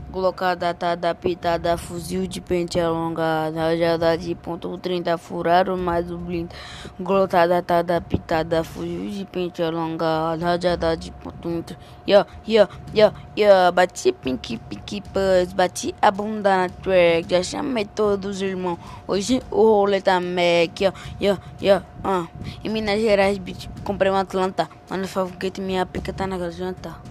Colocada, atada, pitada, fuzil de pente alongado, rajada de ponto 30, furaram mais o blindo. Glotada, atada, pitada, fuzil de pente alongado, rajada de ponto 30. Bati pink, pink, pus, bati a bunda na track, já chamei todos os irmãos, hoje o rolê tá Mac, Em Minas Gerais, bitch, comprei uma Atlanta, mano, foguete, minha pica tá na garganta.